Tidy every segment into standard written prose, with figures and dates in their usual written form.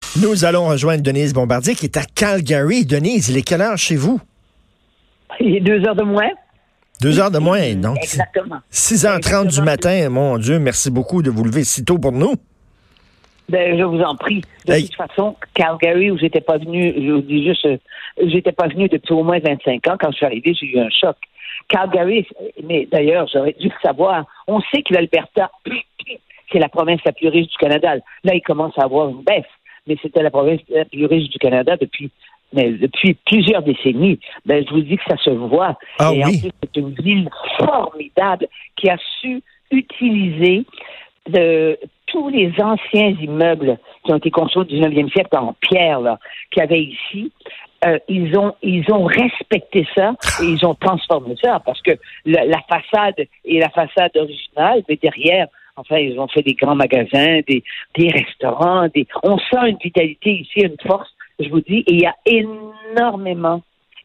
Nous allons rejoindre Denise Bombardier qui est à Calgary. Denise, il est quelle heure chez vous? Il est 2 heures de moins. 2 heures de moins, donc. Exactement. 6h30 du matin. Mon Dieu, merci beaucoup de vous lever si tôt pour nous. Ben, je vous en prie. De toute façon, Calgary, où j'étais pas venu, je vous dis juste, j'étais pas venu depuis au moins 25 ans. Quand je suis arrivé, j'ai eu un choc. Calgary, mais d'ailleurs, j'aurais dû le savoir. On sait que l'Alberta, c'est la province la plus riche du Canada. Là, il commence à avoir une baisse, mais c'était la province la plus riche du Canada depuis plusieurs décennies. Ben, je vous dis que ça se voit. Ah, et oui. En plus, c'est une ville formidable qui a su utiliser tous les anciens immeubles qui ont été construits au 19e siècle en pierre, là, qu'il y avait ici. Ils ont respecté ça et ils ont transformé ça parce que la façade est la façade originale, mais derrière, enfin, ils ont fait des grands magasins, des restaurants, on sent une vitalité ici, une force, je vous dis, et il y a énormément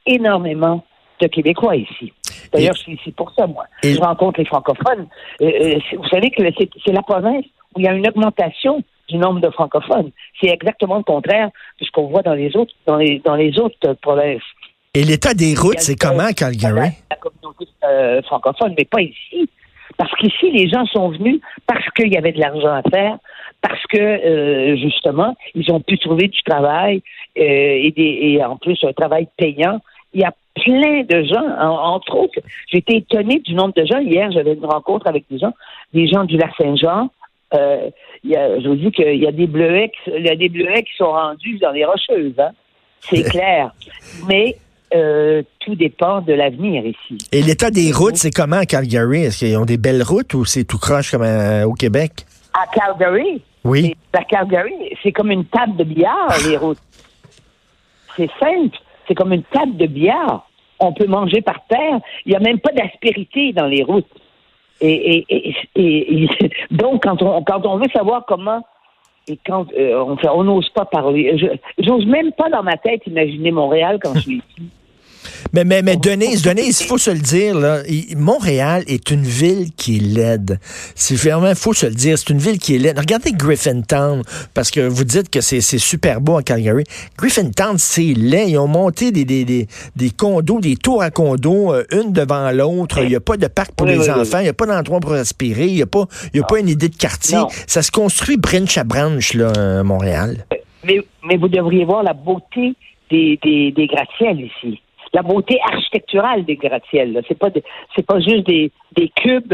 de Québécois ici. D'ailleurs, je suis ici pour ça, moi. Je rencontre les francophones. Vous savez que c'est la province où il y a une augmentation du nombre de francophones. C'est exactement le contraire de ce qu'on voit dans les autres provinces. Et l'état des routes, c'est comment, Calgary? La communauté francophone, mais pas ici. Parce qu'ici, les gens sont venus parce qu'il y avait de l'argent à faire, parce que, justement, ils ont pu trouver du travail et en plus, un travail payant. Il y a plein de gens, entre autres, j'ai été étonnée du nombre de gens. Hier, j'avais une rencontre avec des gens du Lac-Saint-Jean. Je vous dis qu'il y a des bleuets qui sont rendus dans les Rocheuses, hein. C'est clair. Mais tout dépend de l'avenir ici. Et l'état des routes, c'est comment à Calgary? Est-ce qu'ils ont des belles routes ou c'est tout croche comme au Québec? À Calgary? Oui. À Calgary, c'est comme une table de billard, les routes. C'est simple. C'est comme une table de billard. On peut manger par terre. Il n'y a même pas d'aspérité dans les routes. Et donc, quand on veut savoir comment, et quand on n'ose pas parler, j'ose même pas dans ma tête imaginer Montréal quand je suis ici. Mais Denise, il faut se le dire, là, Montréal est une ville qui est laide. C'est vraiment, faut se le dire, c'est une ville qui est laide. Regardez Griffintown, parce que vous dites que c'est super beau à Calgary. Griffintown, c'est laid. Ils ont monté des condos, des tours à condos, une devant l'autre. Il n'y a pas de parc pour les enfants. Il n'y a pas d'endroit pour respirer. Il n'y a pas une idée de quartier. Non. Ça se construit branche à branche, là, Montréal. Mais vous devriez voir la beauté des gratte-ciels ici. La beauté architecturale des gratte-ciels, là. C'est pas juste des cubes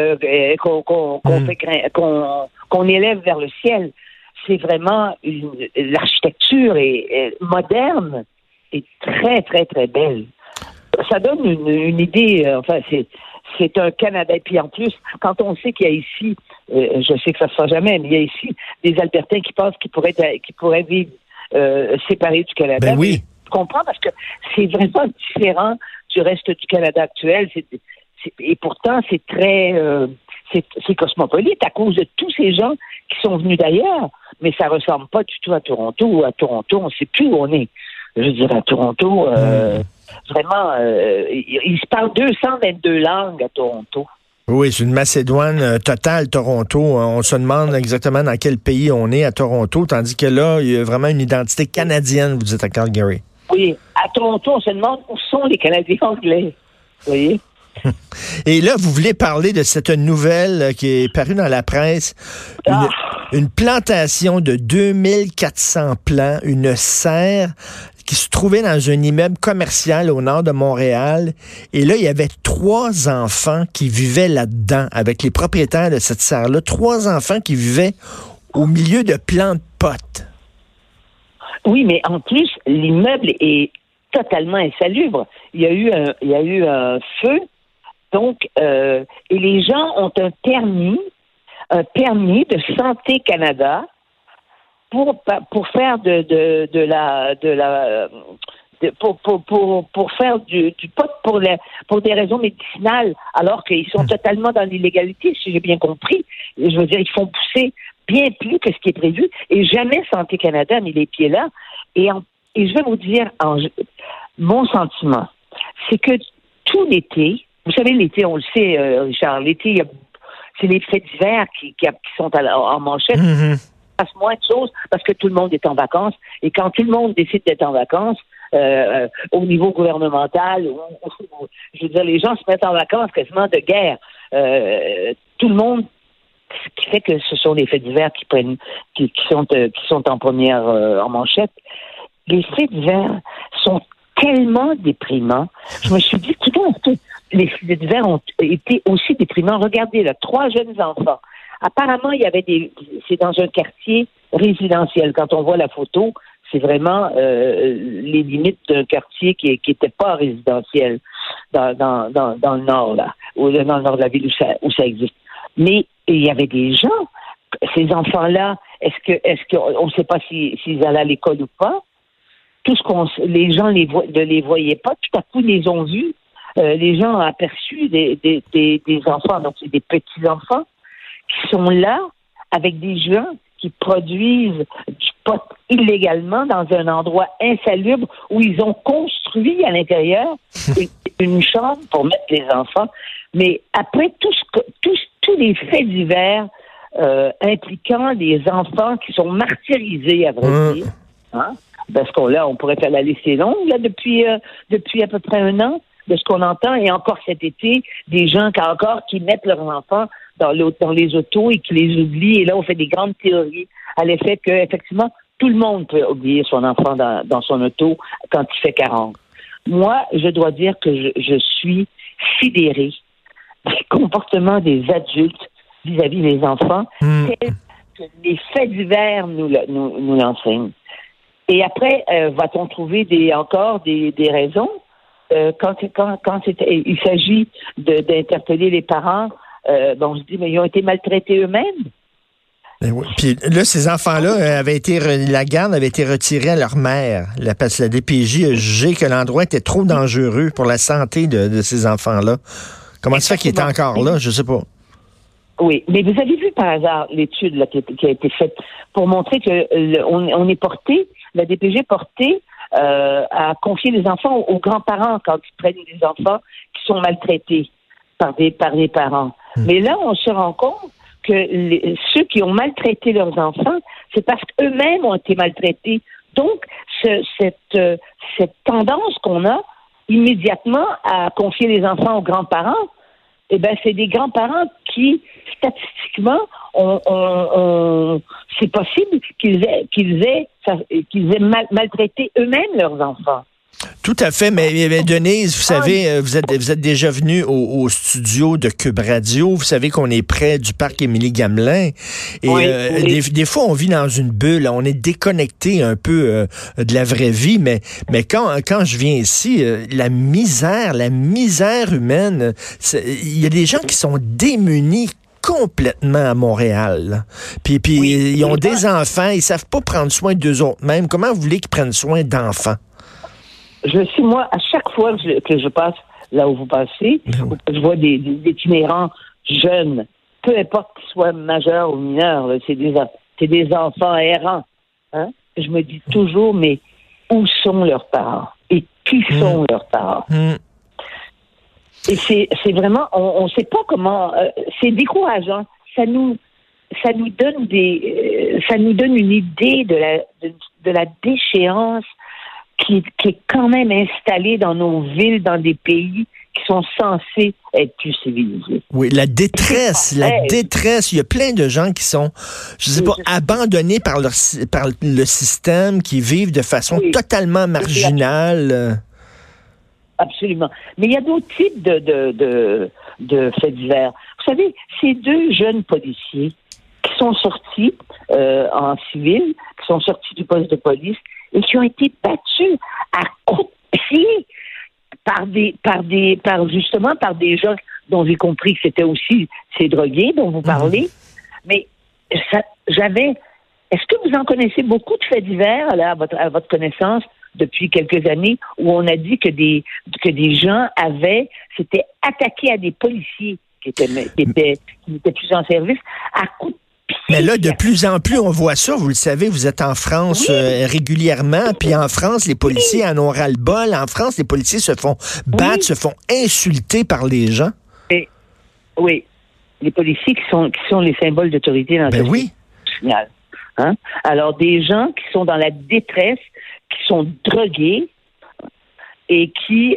qu'on élève vers le ciel. C'est vraiment l'architecture est moderne et très très très belle. Ça donne une idée. Enfin, c'est un Canada. Et puis en plus, quand on sait qu'il y a ici, je sais que ça se fera jamais, mais il y a ici des Albertains qui pensent qu'ils pourraient vivre séparés du Canada. Ben oui. Je comprends parce que c'est vraiment différent du reste du Canada actuel. Et pourtant, c'est très c'est cosmopolite à cause de tous ces gens qui sont venus d'ailleurs. Mais ça ressemble pas du tout à Toronto. À Toronto, on ne sait plus où on est. Je veux dire, à Toronto, vraiment, ils se parlent 222 langues à Toronto. Oui, c'est une Macédoine totale, Toronto. On se demande exactement dans quel pays on est à Toronto, tandis que là, il y a vraiment une identité canadienne, vous dites, à Calgary. Oui, à Toronto, on se demande où sont les Canadiens anglais. Vous voyez? Et là, vous voulez parler de cette nouvelle qui est parue dans la presse. Une plantation de 2400 plants, une serre qui se trouvait dans un immeuble commercial au nord de Montréal. Et là, il y avait 3 enfants qui vivaient là-dedans avec les propriétaires de cette serre-là. 3 enfants qui vivaient au milieu de plants de potes. Oui, mais en plus, l'immeuble est totalement insalubre. Il y a eu un feu, donc, et les gens ont un permis de Santé Canada pour faire pour faire du pot pour des raisons médicinales, alors qu'ils sont totalement dans l'illégalité, si j'ai bien compris. Je veux dire, ils font pousser bien plus que ce qui est prévu, et jamais Santé Canada a mis les pieds là. Et je vais vous dire, mon sentiment, c'est que tout l'été, vous savez, l'été, on le sait, Richard, l'été, c'est les faits d'hiver qui sont en manchette. Mm-hmm. fasse moins de choses parce que tout le monde est en vacances. Et quand tout le monde décide d'être en vacances, au niveau gouvernemental, je veux dire, les gens se mettent en vacances quasiment de guerre. Tout le monde, ce qui fait que ce sont les faits divers qui sont en première en manchette. Les faits divers sont tellement déprimants. Je me suis dit, les faits divers ont été aussi déprimants. Regardez, là, 3 jeunes enfants. Apparemment, c'est dans un quartier résidentiel. Quand on voit la photo, c'est vraiment les limites d'un quartier qui était pas résidentiel dans le nord, là, ou dans le nord de la ville où ça existe. Mais il y avait des gens, ces enfants-là, est-ce qu'on ne sait pas s'ils allaient à l'école ou pas? Les gens ne les voyaient pas, tout à coup, ils les ont vus. Les gens ont aperçu des enfants, donc c'est des petits-enfants, qui sont là avec des gens qui produisent du pot illégalement dans un endroit insalubre où ils ont construit à l'intérieur une chambre pour mettre les enfants. Mais après, tous les faits divers impliquant des enfants qui sont martyrisés, à vrai dire, hein? Parce on pourrait faire la liste longue là, depuis à peu près 1 an, de ce qu'on entend, et encore cet été, des gens qui mettent leurs enfants dans les autos et qui les oublient. Et là, on fait des grandes théories à l'effet que, effectivement, tout le monde peut oublier son enfant dans son auto quand il fait 40. Moi, je dois dire que je suis sidérée du comportement des adultes vis-à-vis des enfants, tels que les faits divers nous l'enseignent. Et après, va-t-on trouver encore des raisons? Quand il s'agit d'interpeller les parents, on se dit, mais ils ont été maltraités eux-mêmes. Ben oui. Puis là, ces enfants-là la garde avait été retirée à leur mère. Parce que la DPJ a jugé que l'endroit était trop dangereux pour la santé de ces enfants-là. Comment ça fait qu'ils étaient encore là? Je sais pas. Oui, mais vous avez vu par hasard l'étude là, qui a été faite pour montrer que on est porté, la DPJ est portée à confier les enfants aux grands-parents quand ils prennent des enfants qui sont maltraités par des parents. Mais là, on se rend compte que ceux qui ont maltraité leurs enfants, c'est parce qu'eux-mêmes ont été maltraités. Donc, cette tendance qu'on a immédiatement à confier les enfants aux grands-parents, eh ben, c'est des grands-parents qui, statistiquement, c'est possible qu'ils aient maltraité eux-mêmes leurs enfants. Tout à fait, mais Denise, vous savez, vous êtes déjà venu au studio de Cube Radio. Vous savez qu'on est près du parc Émilie-Gamelin. Et oui. Des fois, on vit dans une bulle. On est déconnecté un peu de la vraie vie. Mais quand je viens ici, la misère humaine, il y a des gens qui sont démunis complètement à Montréal. Là. Puis ils ont des enfants, ils savent pas prendre soin d'eux autres même. Comment vous voulez qu'ils prennent soin d'enfants? Moi, à chaque fois que je passe là où vous passez, je vois des itinérants jeunes, peu importe qu'ils soient majeurs ou mineurs, là, c'est des enfants errants. Hein? Je me dis toujours, mais où sont leurs parents? Et qui sont leurs parents? Et c'est vraiment, on sait pas comment, c'est décourageant. Ça nous donne une idée de la déchéance qui est quand même installée dans nos villes, dans des pays qui sont censés être plus civilisés. Oui, la détresse. Il y a plein de gens qui sont, abandonnés par le système, qui vivent de façon totalement marginale. Absolument. Mais il y a d'autres types de faits divers. Vous savez, ces 2 jeunes policiers qui sont sortis en civil, qui sont sortis du poste de police et qui ont été battus à coups de pied par des gens dont j'ai compris que c'était aussi ces drogués dont vous parlez. Mais est-ce que vous en connaissez beaucoup de faits divers là, à votre connaissance depuis quelques années où on a dit que des gens s'étaient attaqués à des policiers qui n'étaient plus en service à coups de pied. Mais là, de plus en plus, on voit ça. Vous le savez, vous êtes en France régulièrement. Puis en France, les policiers en ont ras-le-bol. En France, les policiers se font battre, se font insulter par les gens. Oui. Les policiers qui sont les symboles d'autorité dans le oui. final. Hein? Alors, des gens qui sont dans la détresse, qui sont drogués et qui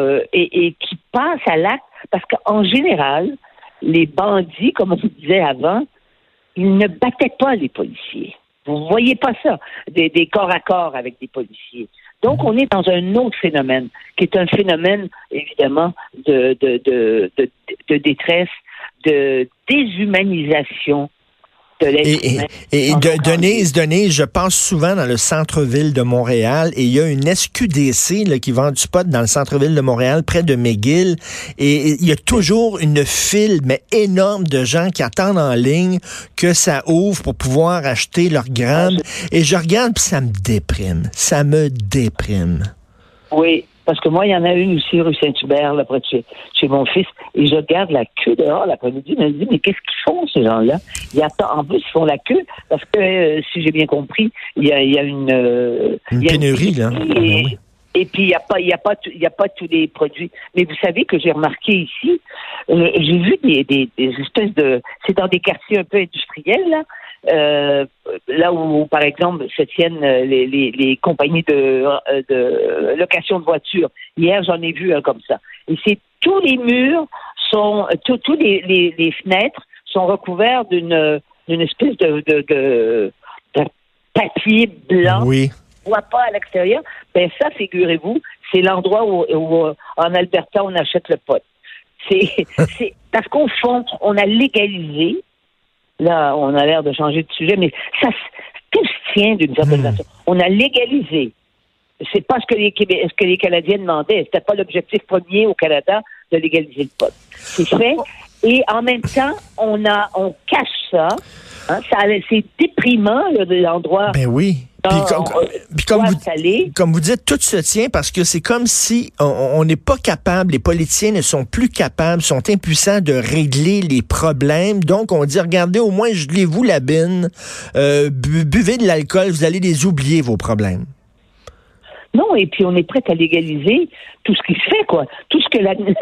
passent à l'acte, parce qu'en général, les bandits, comme on vous disait avant, ils ne battaient pas les policiers. Vous voyez pas ça, des corps à corps avec des policiers. Donc, on est dans un autre phénomène, qui est un phénomène, évidemment, de détresse, de déshumanisation de l'être humain. Denise, je passe souvent dans le centre-ville de Montréal et il y a une SQDC là, qui vend du pot dans le centre-ville de Montréal, près de McGill, et il y a toujours une file, mais énorme, de gens qui attendent en ligne que ça ouvre pour pouvoir acheter leur gramme. Et je regarde, puis ça me déprime. Ça me déprime. Oui. Parce que moi, il y en a une aussi, rue Saint-Hubert, là, près de chez mon fils, et je regarde la queue dehors l'après-midi, je me dis, mais qu'est-ce qu'ils font, ces gens-là? En plus, ils font la queue, parce que, si j'ai bien compris, il y a une pénurie, là. Et puis, il y a pas tous les produits. Mais vous savez que j'ai remarqué ici, j'ai vu des espèces de... C'est dans des quartiers un peu industriels, là où, par exemple, se tiennent les compagnies de location de voitures. Hier, j'en ai vu un comme ça. Et tous les murs tous les fenêtres sont recouverts d'une espèce de papier blanc. Oui. On ne voit pas à l'extérieur. Ben ça, figurez-vous, c'est l'endroit où en Alberta, on achète le pot. C'est parce qu'au fond, on a légalisé. Là, on a l'air de changer de sujet, mais tout se tient d'une certaine façon. On a légalisé. C'est pas ce que les Canadiens demandaient. C'était pas l'objectif premier au Canada de légaliser le pot. C'est fait. Et en même temps, on cache ça. Hein, c'est déprimant, l'endroit. Ben oui. Puis comme vous dites, tout se tient parce que c'est comme si on n'est pas capable, les politiciens ne sont plus capables, sont impuissants de régler les problèmes. Donc, on dit, regardez, au moins, gelez-vous la bine, buvez de l'alcool, vous allez les oublier, vos problèmes. Non, et puis on est prêt à légaliser tout ce qui se fait, quoi. Tout ce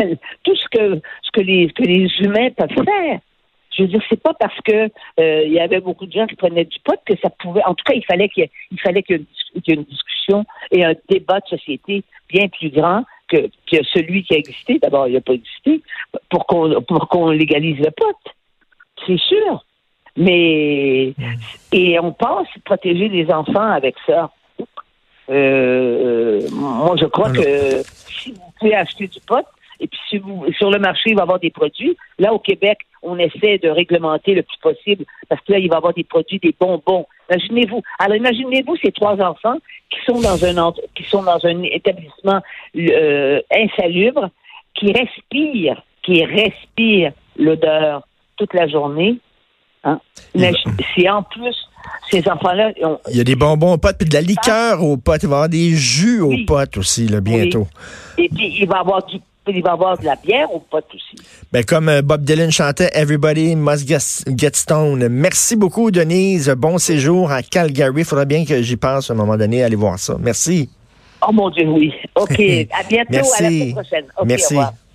que les humains peuvent faire. Je veux dire, c'est pas parce que il y avait beaucoup de gens qui prenaient du pot que ça pouvait. En tout cas, il fallait qu'il y ait une discussion et un débat de société bien plus grand que celui qui a existé. D'abord, il n'a pas existé pour qu'on légalise le pot. C'est sûr. Mais et on pense protéger les enfants avec ça. Moi, je crois que si vous pouvez acheter du pot, et puis sur le marché, il va y avoir des produits. Là, au Québec, on essaie de réglementer le plus possible parce que là, il va y avoir des produits, des bonbons. Imaginez-vous ces 3 enfants qui sont dans un établissement insalubre, qui respirent l'odeur toute la journée. Hein? C'est en plus, ces enfants-là... Il y a des bonbons au pot, puis de la liqueur au pot. Il va y avoir des jus au pot aussi, là, bientôt. Oui. Et puis, il va y avoir de la bière au pot aussi. Ben, comme Bob Dylan chantait, Everybody must get stoned. Merci beaucoup, Denise. Bon séjour à Calgary. Il faudra bien que j'y pense à un moment donné, aller voir ça. Merci. Oh mon Dieu, oui. OK. À bientôt. Merci. À la semaine prochaine. Okay, merci. Au revoir.